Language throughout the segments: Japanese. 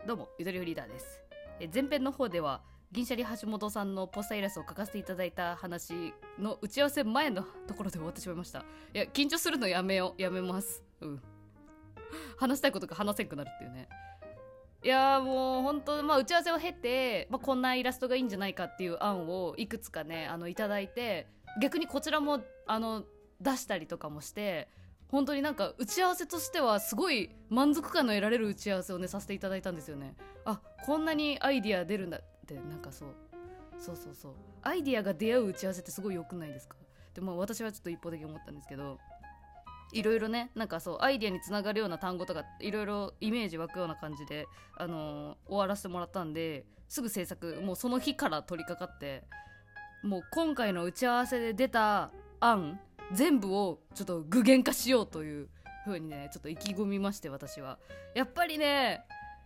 どうもゆとりフリーダーです。前編の方では銀シャリ橋本さんのポスターイラストを描かせていただいた話の打ち合わせ前のところで終わってしまいました。いや、緊張するのやめます。話したいことが話せんくなるっていうね。いやもう本当、打ち合わせを経て、こんなイラストがいいんじゃないかっていう案をいくつかねいただいて、逆にこちらも出したりとかもして、本当になんか打ち合わせとしてはすごい満足感の得られる打ち合わせをねさせていただいたんですよね。あ、こんなにアイディア出るんだって、なんかそうアイディアが出会う打ち合わせってすごい良くないですか。でも私はちょっと一方的に思ったんですけど、いろいろね、なんかそうアイディアにつながるような単語とかいろいろイメージ湧くような感じで、終わらせてもらったんで、すぐ制作もうその日から取り掛かって、もう今回の打ち合わせで出た案全部をちょっと具現化しようという風にねちょっと意気込みまして、私はやっぱりね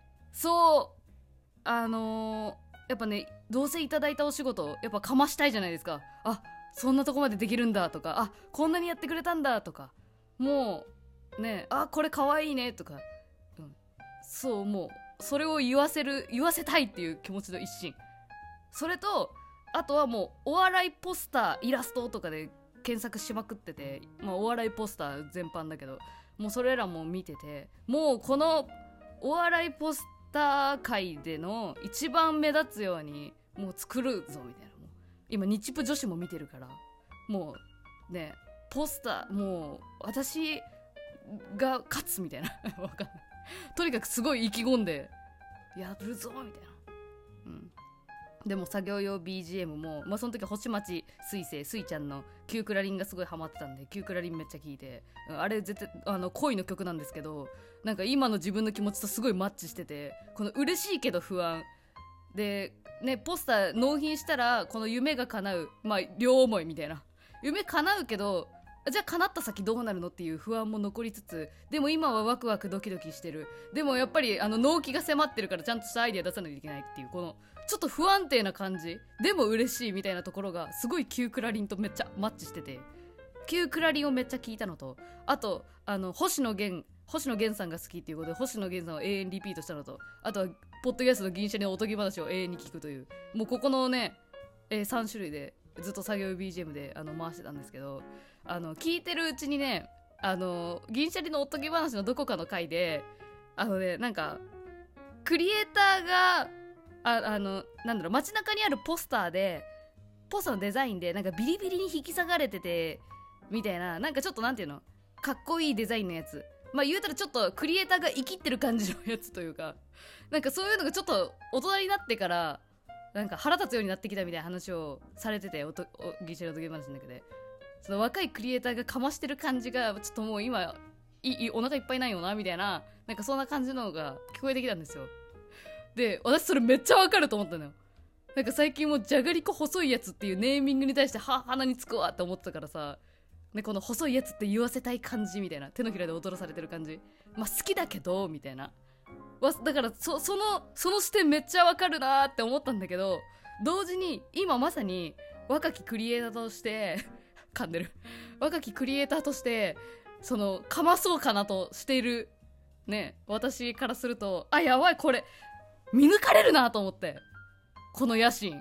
そうやっぱね、どうせいただいたお仕事やっぱかましたいじゃないですか。あ、そんなとこまでできるんだとか、あ、こんなにやってくれたんだとか、もうね、あ、これかわいいねとか、そうもうそれを言わせたいっていう気持ちの一心、それとあとはもうお笑いポスターイラストとかで検索しまくってて、お笑いポスター全般だけど、もうそれらも見てて、もうこのお笑いポスター界での一番目立つようにもう作るぞみたいな。もう今日プ女子も見てるから、もうねポスターもう私が勝つみたいなわかんない、とにかくすごい意気込んでやるぞみたいな。でも作業用 BGM も、その時星町水星スイちゃんのキュークラリンがすごいハマってたんで、キュークラリンめっちゃ聴いて、あれ絶対恋の曲なんですけど、なんか今の自分の気持ちとすごいマッチしてて、この嬉しいけど不安でね、ポスター納品したらこの夢が叶う、両思いみたいな、夢叶うけどじゃあ叶った先どうなるのっていう不安も残りつつ、でも今はワクワクドキドキしてる、でもやっぱり納期が迫ってるからちゃんとしたアイデア出さないといけないっていう、このちょっと不安定な感じでも嬉しいみたいなところがすごいキュークラリンとめっちゃマッチしてて、キュークラリンをめっちゃ聞いたのと、あと星野源さんが好きっていうことで星野源さんを永遠リピートしたのと、あとはポッドキャストの銀シャリのおとぎ話を永遠に聞くという、もうここのね、3種類でずっと作業 BGM で回してたんですけど、聞いてるうちにね、銀シャリのおとぎ話のどこかの回でなんかクリエイターがなんだろう、街中にあるポスターのデザインでなんかビリビリに引き下がれててみたいな、なんかちょっとなんていうの、かっこいいデザインのやつ、言うたらちょっとクリエイターが生きってる感じのやつというか、なんかそういうのがちょっと大人になってからなんか腹立つようになってきたみたいな話をされてて、銀シャリのおとぎ話の中で、その若いクリエイターがかましてる感じがちょっともう今お腹いっぱいないよなみたいな、なんかそんな感じのが聞こえてきたんですよ。で、私それめっちゃわかると思ったのよ。なんか最近もうじゃがりこ細いやつっていうネーミングに対して鼻につくわって思ってたからさ、ね、この細いやつって言わせたい感じみたいな、手のひらで踊らされてる感じ、好きだけどみたいな、だからその視点めっちゃわかるなって思ったんだけど、同時に今まさに若きクリエイターとして噛んでる若きクリエイターとしてかまそうかなとしているね、私からすると、あ、やばい、これ見抜かれるなと思って、この野心。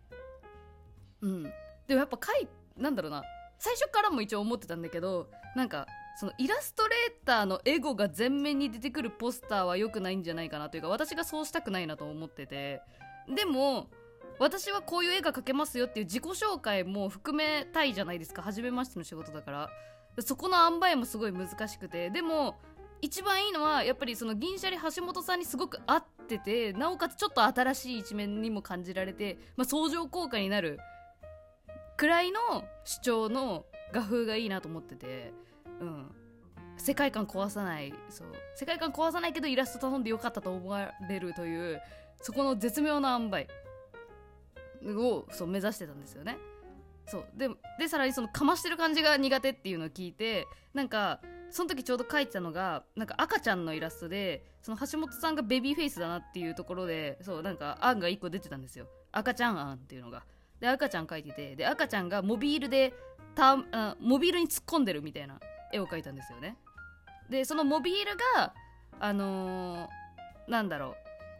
でもやっぱなんだろうな、最初からも一応思ってたんだけど、なんかそのイラストレーターのエゴが前面に出てくるポスターは良くないんじゃないかなというか、私がそうしたくないなと思ってて、でも私はこういう絵が描けますよっていう自己紹介も含めたいじゃないですか、初めましての仕事だから。そこの塩梅もすごい難しくて、でも一番いいのはやっぱりその銀シャリ橋本さんにすごく合ってて、なおかつちょっと新しい一面にも感じられて、相乗効果になるくらいの主張の画風がいいなと思ってて、世界観壊さない、世界観壊さないけどイラスト頼んでよかったと思われるという、そこの絶妙な塩梅を目指してたんですよね。でさらにかましてる感じが苦手っていうのを聞いて、なんかその時ちょうど描いてたのがなんか赤ちゃんのイラストで、その橋本さんがベビーフェイスだなっていうところで、なんか案が1個出てたんですよ、赤ちゃん案っていうのが。で赤ちゃん描いてて、で赤ちゃんがモビールに突っ込んでるみたいな絵を描いたんですよね。でそのモビールがなんだろ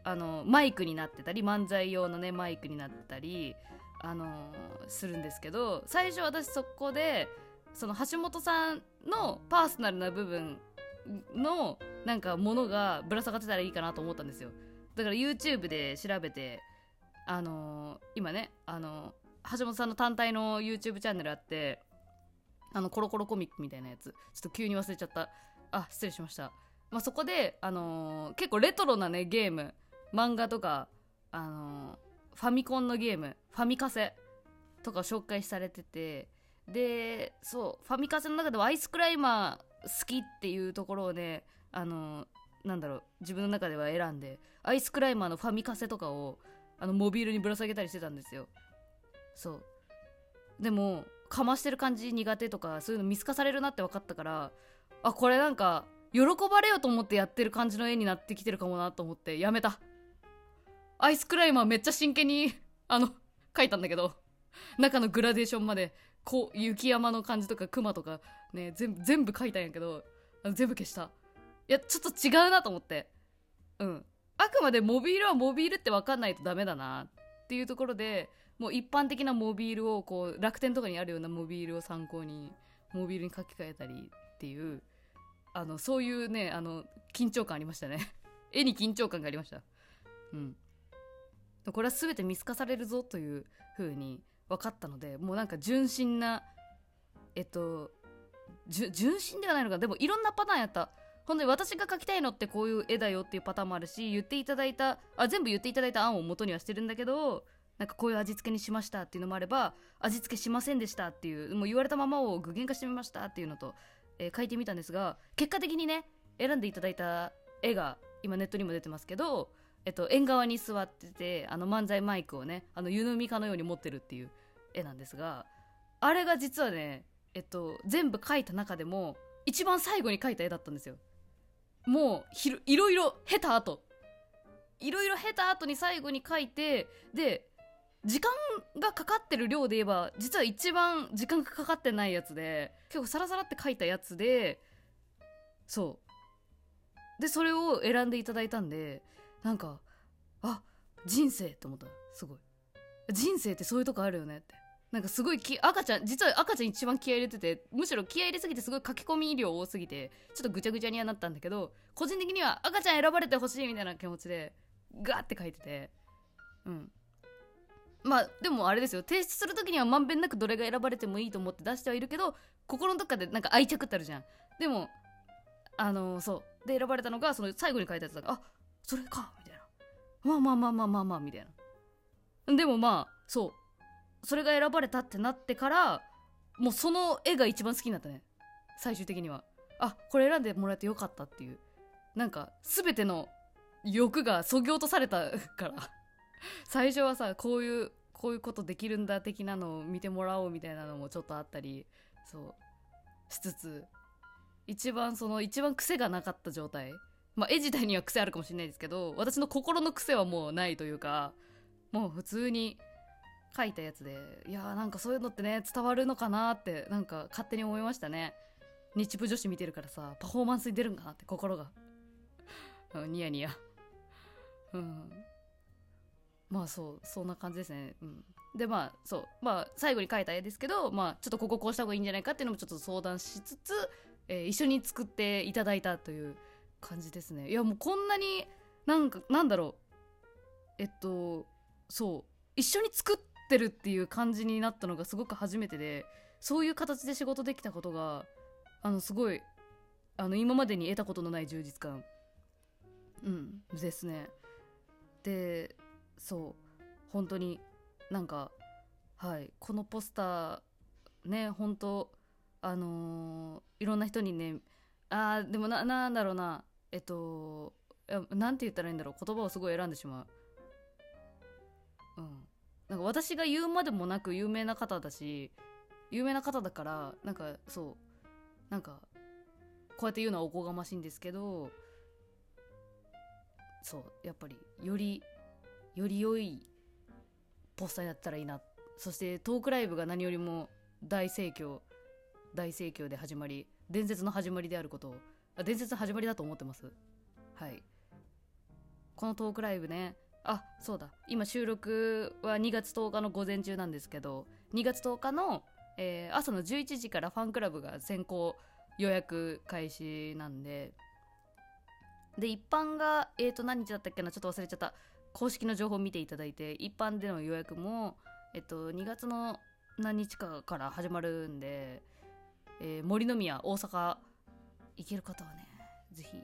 マイクになってたり漫才用のねマイクになってたりするんですけど、最初私そこでその橋本さんのパーソナルな部分のなんかものがぶら下がってたらいいかなと思ったんですよ。だから YouTube で調べて今ね橋本さんの単体の YouTube チャンネルあって、コロコロコミックみたいなやつ、ちょっと急に忘れちゃった。失礼しました。そこで、結構レトロなねゲーム、漫画とか、ファミコンのゲーム、ファミカセとか紹介されてて、でそうファミカセの中ではアイスクライマー好きっていうところをねなんだろう、自分の中では選んでアイスクライマーのファミカセとかをモビールにぶら下げたりしてたんですよ。そうでもかましてる感じ苦手とかそういうの見透かされるなって分かったから、これなんか喜ばれようと思ってやってる感じの絵になってきてるかもなと思ってやめた。アイスクライマーめっちゃ真剣に描いたんだけど、中のグラデーションまでこう雪山の感じとかクマとかね全部描いたんやけど全部消した。いやちょっと違うなと思って、あくまでモビールはモビールって分かんないとダメだなっていうところで、もう一般的なモビールをこう楽天とかにあるようなモビールを参考にモビールに書き換えたりっていうそういうね緊張感ありましたね絵に緊張感がありました。これは全て見透かされるぞという風に分かったので、もうなんか純真な純真ではないのか、でもいろんなパターンやった。本当に私が描きたいのってこういう絵だよっていうパターンもあるし、全部言っていただいた案を元にはしてるんだけど、なんかこういう味付けにしましたっていうのもあれば、味付けしませんでしたっていう、もう言われたままを具現化してみましたっていうのと、描いてみたんですが、結果的にね選んでいただいた絵が今ネットにも出てますけど、縁側に座ってて漫才マイクをね湯飲みかのように持ってるっていう絵なんですが、あれが実はね全部描いた中でも一番最後に描いた絵だったんですよ。もういろいろ経た後に最後に描いて、で時間がかかってる量で言えば実は一番時間がかかってないやつで、結構サラサラって描いたやつで、そうでそれを選んでいただいたんで、なんか人生って思った。すごい人生ってそういうとこあるよねって。なんかすごい実は赤ちゃん一番気合い入れてて、むしろ気合い入れすぎてすごい書き込み量多すぎてちょっとぐちゃぐちゃにはなったんだけど、個人的には赤ちゃん選ばれてほしいみたいな気持ちでガーって書いてて、でもあれですよ、提出する時にはまんべんなくどれが選ばれてもいいと思って出してはいるけど、心のどっかでなんか愛着ってあるじゃん。でもそうで選ばれたのがその最後に書いたやつだから、それかみたいな、まあみたいな。でもそれが選ばれたってなってから、もうその絵が一番好きになったね、最終的には。これ選んでもらえてよかったっていう、なんか全ての欲がそぎ落とされたから最初はさこういうことできるんだ的なのを見てもらおうみたいなのもちょっとあったりしつつ、一番癖がなかった状態、絵自体には癖あるかもしれないですけど、私の心の癖はもうないというか、もう普通に書いたやつで、いやーなんかそういうのってね伝わるのかなってなんか勝手に思いましたね。日プ女子見てるからさ、パフォーマンスに出るんかなって心がニヤニヤそんな感じですね。で最後に描いた絵ですけど、ちょっとここうした方がいいんじゃないかっていうのもちょっと相談しつつ、一緒に作っていただいたという感じですね。いやもうこんなになんだろう一緒に作ってるっていう感じになったのがすごく初めてで、そういう形で仕事できたことがすごい今までに得たことのない充実感ですね。で本当になんかこのポスターね、本当いろんな人にね、でもなんだろうな、なんて言ったらいいんだろう、言葉をすごい選んでしまう。なんか私が言うまでもなく有名な方だから、なんかこうやって言うのはおこがましいんですけど、やっぱりより良いポスターになったらいいな。そしてトークライブが何よりも大盛況で始まり、伝説の始まりであることを伝説の始まりだと思ってます。 このトークライブね、そうだ、今収録は2月10日の午前中なんですけど、2月10日の、朝の11時からファンクラブが先行予約開始なんで、一般が何日だったっけな、ちょっと忘れちゃった。公式の情報を見ていただいて、一般での予約も2月の何日かから始まるんで、森の宮大阪行ける方はね、ぜひ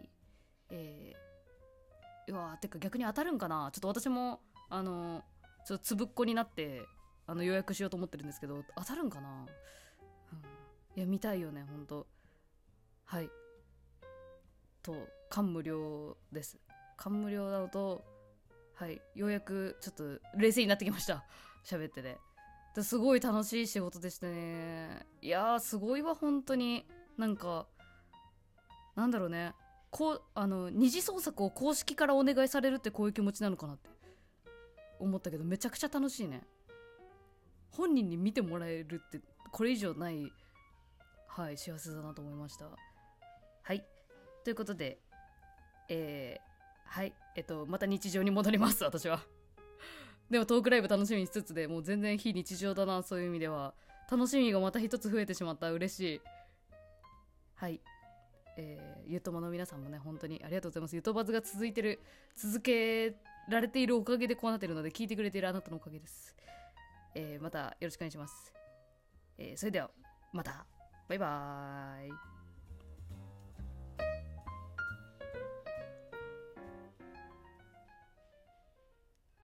てか逆に当たるんかな、ちょっと私もちょっとつぶっこになって予約しようと思ってるんですけど、当たるんかな、いや見たいよねほんと。はいと、感無量です。感無量なのと、はい、ようやくちょっと冷静になってきました喋ってですごい楽しい仕事でしたね。いやーすごいわ本当に。なんかなんだろうね、二次創作を公式からお願いされるってこういう気持ちなのかなって思ったけど、めちゃくちゃ楽しいね。本人に見てもらえるってこれ以上ない、はい、幸せだなと思いました。はい、ということではい、また日常に戻ります私はでもトークライブ楽しみにしつつで、もう全然非日常だな、そういう意味では楽しみがまた一つ増えてしまった。嬉しい。はい、ゆとまの皆さんもね本当にありがとうございます。ゆとばずが続けられているおかげでこうなっているので、聞いてくれているあなたのおかげです。またよろしくお願いします。それではまた、バイバーイ。